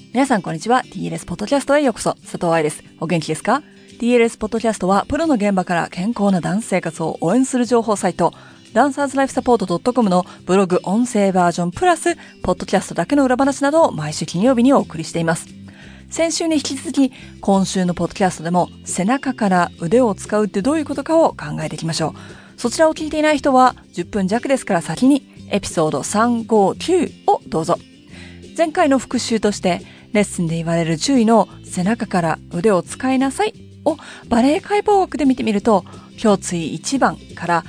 皆さんこんにちは。 TLS ポッドキャストへようこそ。佐藤愛です。お元気ですか？ TLS ポッドキャストはプロの現場から健康なダンス生活を応援する情報サイトダンサーズライフサポート .com のブログ音声バージョンプラスポッドキャストだけの裏話などを毎週金曜日にお送りしています。先週に引き続き今週のポッドキャストでも背中から腕を使うってどういうことかを考えていきましょう。そちらを聞いていない人は10分弱ですから先にエピソード359をどうぞ。前回の復習としてレッスンで言われる注意の背中から腕を使いなさいをバレエ解剖学で見てみると、胸椎1番から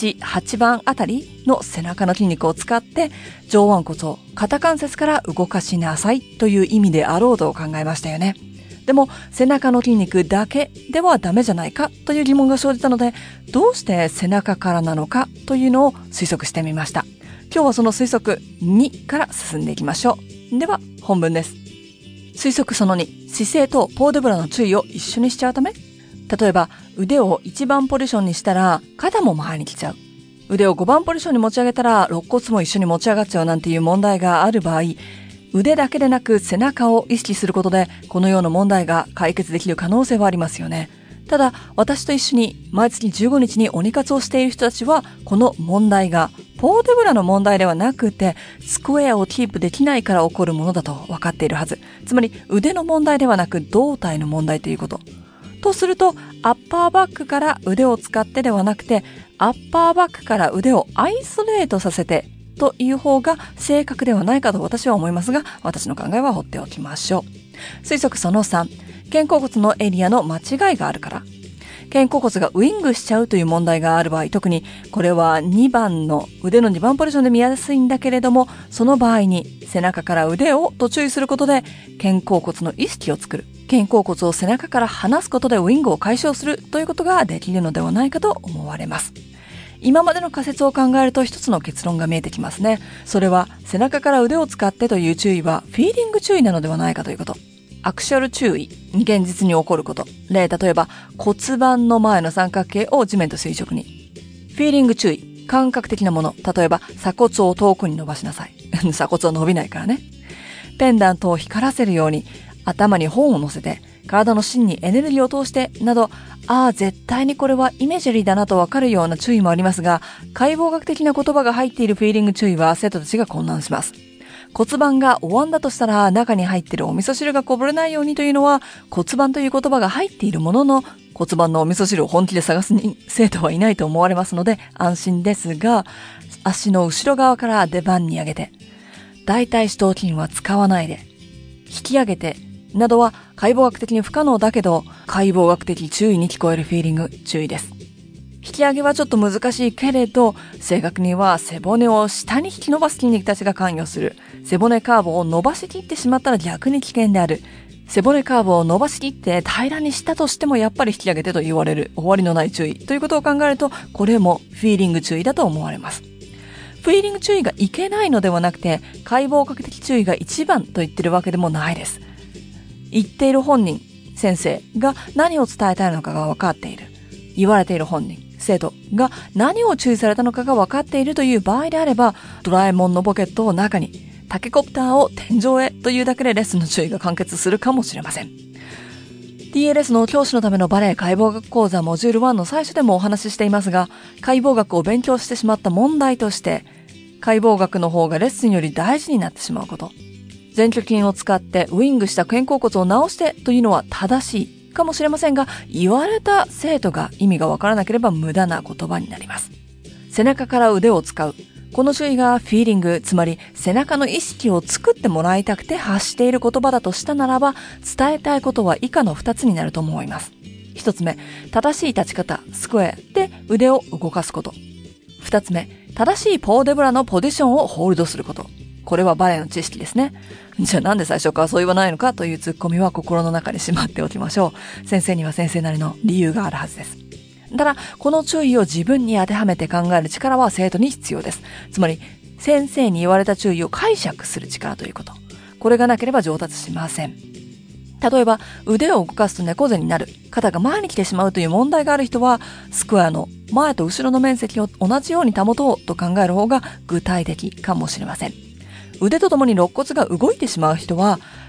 7、8番あたりの背中の筋肉を使って上腕骨を肩関節から動かしなさいという意味であろうと考えましたよね。でも背中の筋肉だけではダメじゃないかという疑問が生じたので、どうして背中からなのかというのを推測してみました。今日はその推測2から進んでいきましょう。では本文です。推測その2、姿勢とポーデブラの注意を一緒にしちゃうため。例えば腕を1番ポジションにしたら肩も前に来ちゃう。腕を5番ポジションに持ち上げたら肋骨も一緒に持ち上がっちゃうなんていう問題がある場合、腕だけでなく背中を意識することでこのような問題が解決できる可能性はありますよね。ただ私と一緒に毎月15日に鬼活をしている人たちはこの問題がポーデブラの問題ではなくてスクエアをキープできないから起こるものだと分かっているはず。つまり腕の問題ではなく胴体の問題ということ。とするとアッパーバックから腕を使ってではなくてアッパーバックから腕をアイソレートさせてという方が正確ではないかと私は思いますが、私の考えは放っておきましょう。推測その3、肩甲骨のエリアの間違いがあるから。肩甲骨がウイングしちゃうという問題がある場合、特にこれは2番の腕の2番ポジションで見やすいんだけれども、その場合に背中から腕をと注意することで肩甲骨の意識を作る。肩甲骨を背中から離すことでウイングを解消するということができるのではないかと思われます。今までの仮説を考えると一つの結論が見えてきますね。それは背中から腕を使ってという注意はフィーリング注意なのではないかということ。アクシュアル注意、現実に起こること。例えば骨盤の前の三角形を地面と垂直に。フィーリング注意、感覚的なもの。例えば鎖骨を遠くに伸ばしなさい。鎖骨は伸びないからね。ペンダントを光らせるように頭に本を乗せて体の芯にエネルギーを通してなど、絶対にこれはイメージャリーだなとわかるような注意もありますが、解剖学的な言葉が入っているフィーリング注意は生徒たちが混乱します。骨盤がお椀だとしたら中に入っているお味噌汁がこぼれないようにというのは骨盤という言葉が入っているものの、骨盤のお味噌汁を本気で探す生徒はいないと思われますので安心ですが、足の後ろ側から出番に上げて、大腿四頭筋は使わないで、引き上げてなどは解剖学的に不可能だけど解剖学的注意に聞こえるフィーリング注意です。引き上げはちょっと難しいけれど、正確には背骨を下に引き伸ばす筋肉たちが関与する。背骨カーブを伸ばしきってしまったら逆に危険である。背骨カーブを伸ばしきって平らにしたとしてもやっぱり引き上げてと言われる。終わりのない注意ということを考えると、これもフィーリング注意だと思われます。フィーリング注意がいけないのではなくて、解剖学的注意が一番と言ってるわけでもないです。言っている本人、先生が何を伝えたいのかが分かっている。言われている本人、生徒が何を注意されたのかが分かっているという場合であれば、ドラえもんのポケットを中に、タケコプターを天井へというだけでレッスンの注意が完結するかもしれません。TLS の教師のためのバレエ解剖学講座モジュール1の最初でもお話ししていますが、解剖学を勉強してしまった問題として、解剖学の方がレッスンより大事になってしまうこと。前鋸筋を使ってウイングした肩甲骨を直してというのは正しいかもしれませんが、言われた生徒が意味がわからなければ無駄な言葉になります。背中から腕を使う。この注意がフィーリング、つまり背中の意識を作ってもらいたくて発している言葉だとしたならば、伝えたいことは以下の2つになると思います。1つ目、正しい立ち方、スクエアで腕を動かすこと。2つ目、正しいポーデブラのポジションをホールドすること。これはバレエの知識ですね。じゃあなんで最初からそう言わないのかというツッコミは心の中にしまっておきましょう。先生には先生なりの理由があるはずです。ただ、この注意を自分に当てはめて考える力は生徒に必要です。つまり、先生に言われた注意を解釈する力ということ。これがなければ上達しません。例えば、腕を動かすと猫背になる、肩が前に来てしまうという問題がある人は、スクエアの前と後ろの面積を同じように保とうと考える方が具体的かもしれません。腕とともに肋骨が動いてしまう人は、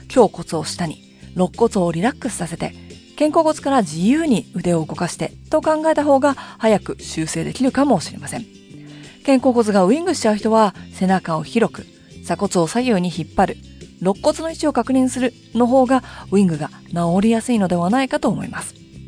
胸骨を下に、肋骨をリラックスさせて、肩甲骨から自由に腕を動かしてと考えた方が早く修正できるかもしれません。肩甲骨がウイングしちゃう人は背中を広く、鎖骨を左右に引っ張る、肋骨の位置を確認するの方がウイングが治りやすいのではないかと思います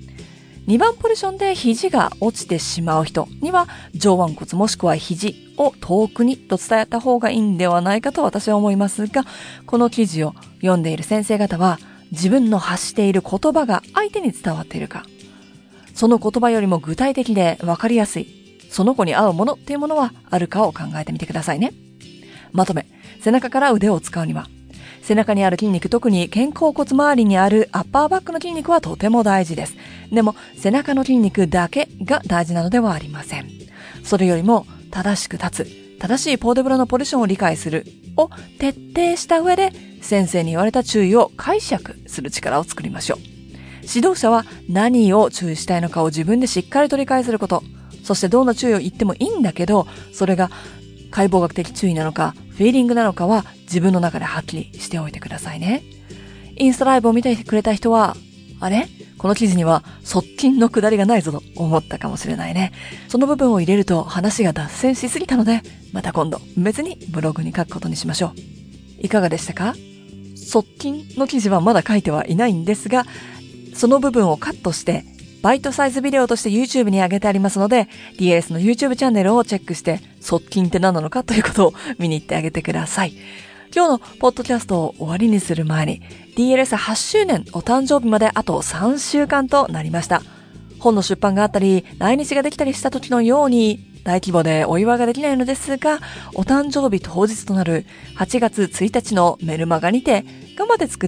。2番ポジションで肘が落ちてしまう人には上腕骨もしくは肘を遠くにと伝えた方がいいんではないかと私は思いますが、この記事を読んでいる先生方は自分の発している言葉が相手に伝わっているか、その言葉よりも具体的で分かりやすい、その子に合うものっていうものはあるかを考えてみてくださいね。まとめ、背中から腕を使うには、背中にある筋肉、特に肩甲骨周りにあるアッパーバックの筋肉はとても大事です。でも、背中の筋肉だけが大事なのではありません。それよりも、正しく立つ、正しいポーテブラのポジションを理解するを徹底した上で、先生に言われた注意を解釈する力を作りましょう。指導者は何を注意したいのかを自分でしっかりと理解すること。そしてどんな注意を言ってもいいんだけど、それが解剖学的注意なのか、フィーリングなのかは自分の中ではっきりしておいてくださいね。インスタライブを見てくれた人は、あれ？この記事には側筋の下りがないぞと思ったかもしれないね。その部分を入れると話が脱線しすぎたので、また今度別にブログに書くことにしましょう。いかがでしたか？側筋の記事はまだ書いてはいないんですが、その部分をカットしてバイトサイズビデオとして YouTube に上げてありますので、DLS の YouTube チャンネルをチェックして側筋って何なのかということを見に行ってあげてください。今日のポッドキャストを終わりにする前に DLS8 周年お誕生日まであと3週間となりました。本の出版があったり来日ができたりした時のように大規模でお祝いができないのですが、お誕生日当日となる8月1日のメルマガにて頑張って作った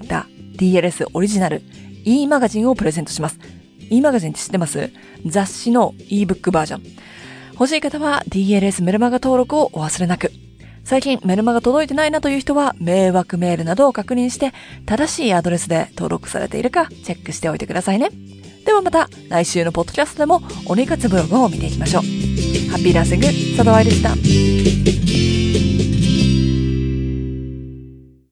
DLS オリジナル E マガジンをプレゼントします。E マガジンって知ってます？雑誌の ebook バージョン。欲しい方は DLS メルマガ登録をお忘れなく。最近メルマガ届いてないなという人は迷惑メールなどを確認して正しいアドレスで登録されているかチェックしておいてくださいね。ではまた来週のポッドキャストでも鬼活ブログを見ていきましょう。ハッピーランシング、佐藤愛でした。